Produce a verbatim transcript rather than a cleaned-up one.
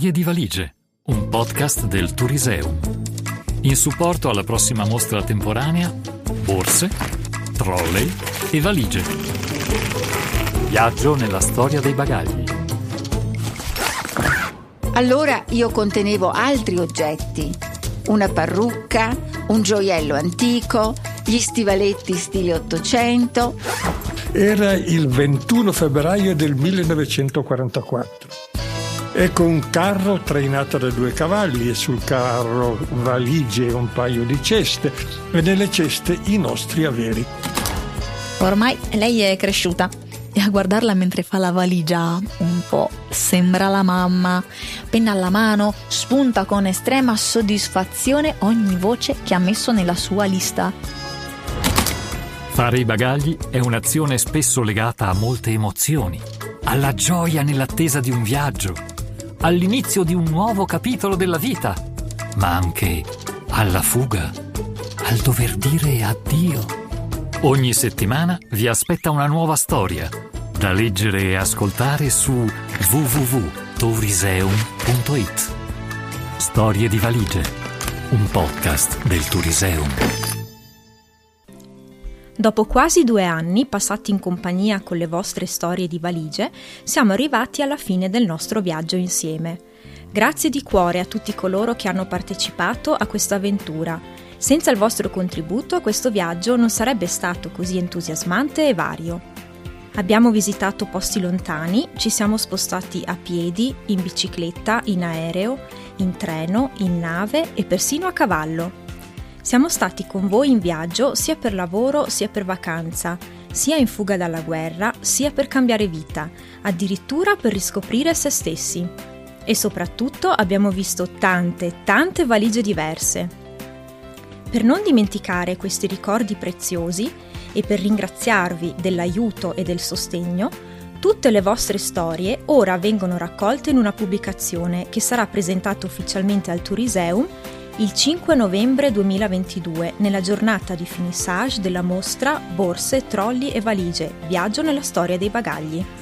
Storie di valigie, un podcast del Turiseum. In supporto alla prossima mostra temporanea, borse, trolley e valigie. Viaggio nella storia dei bagagli. Allora io contenevo altri oggetti, una parrucca, un gioiello antico, gli stivaletti stile Ottocento. Era il ventuno febbraio del millenovecentoquarantaquattro. Ecco un carro trainato da due cavalli e sul carro valigie e un paio di ceste e nelle ceste i nostri averi. Ormai lei è cresciuta e a guardarla mentre fa la valigia un po' sembra la mamma. Penna alla mano, spunta con estrema soddisfazione ogni voce che ha messo nella sua lista. Fare i bagagli è un'azione spesso legata a molte emozioni, alla gioia nell'attesa di un viaggio, all'inizio di un nuovo capitolo della vita, ma anche alla fuga, al dover dire addio. Ogni settimana vi aspetta una nuova storia, da leggere e ascoltare su w w w punto turiseum punto i t. Storie di valigie, un podcast del Turiseum. Dopo quasi due anni passati in compagnia con le vostre storie di valigie, siamo arrivati alla fine del nostro viaggio insieme. Grazie di cuore a tutti coloro che hanno partecipato a questa avventura. Senza il vostro contributo questo viaggio non sarebbe stato così entusiasmante e vario. Abbiamo visitato posti lontani, ci siamo spostati a piedi, in bicicletta, in aereo, in treno, in nave e persino a cavallo. Siamo stati con voi in viaggio sia per lavoro sia per vacanza, sia in fuga dalla guerra, sia per cambiare vita, addirittura per riscoprire se stessi. E soprattutto abbiamo visto tante, tante valigie diverse. Per non dimenticare questi ricordi preziosi e per ringraziarvi dell'aiuto e del sostegno, tutte le vostre storie ora vengono raccolte in una pubblicazione che sarà presentata ufficialmente al Turiseum il cinque novembre duemilaventidue, nella giornata di finissage della mostra Borse, Trolli e Valigie, viaggio nella storia dei bagagli.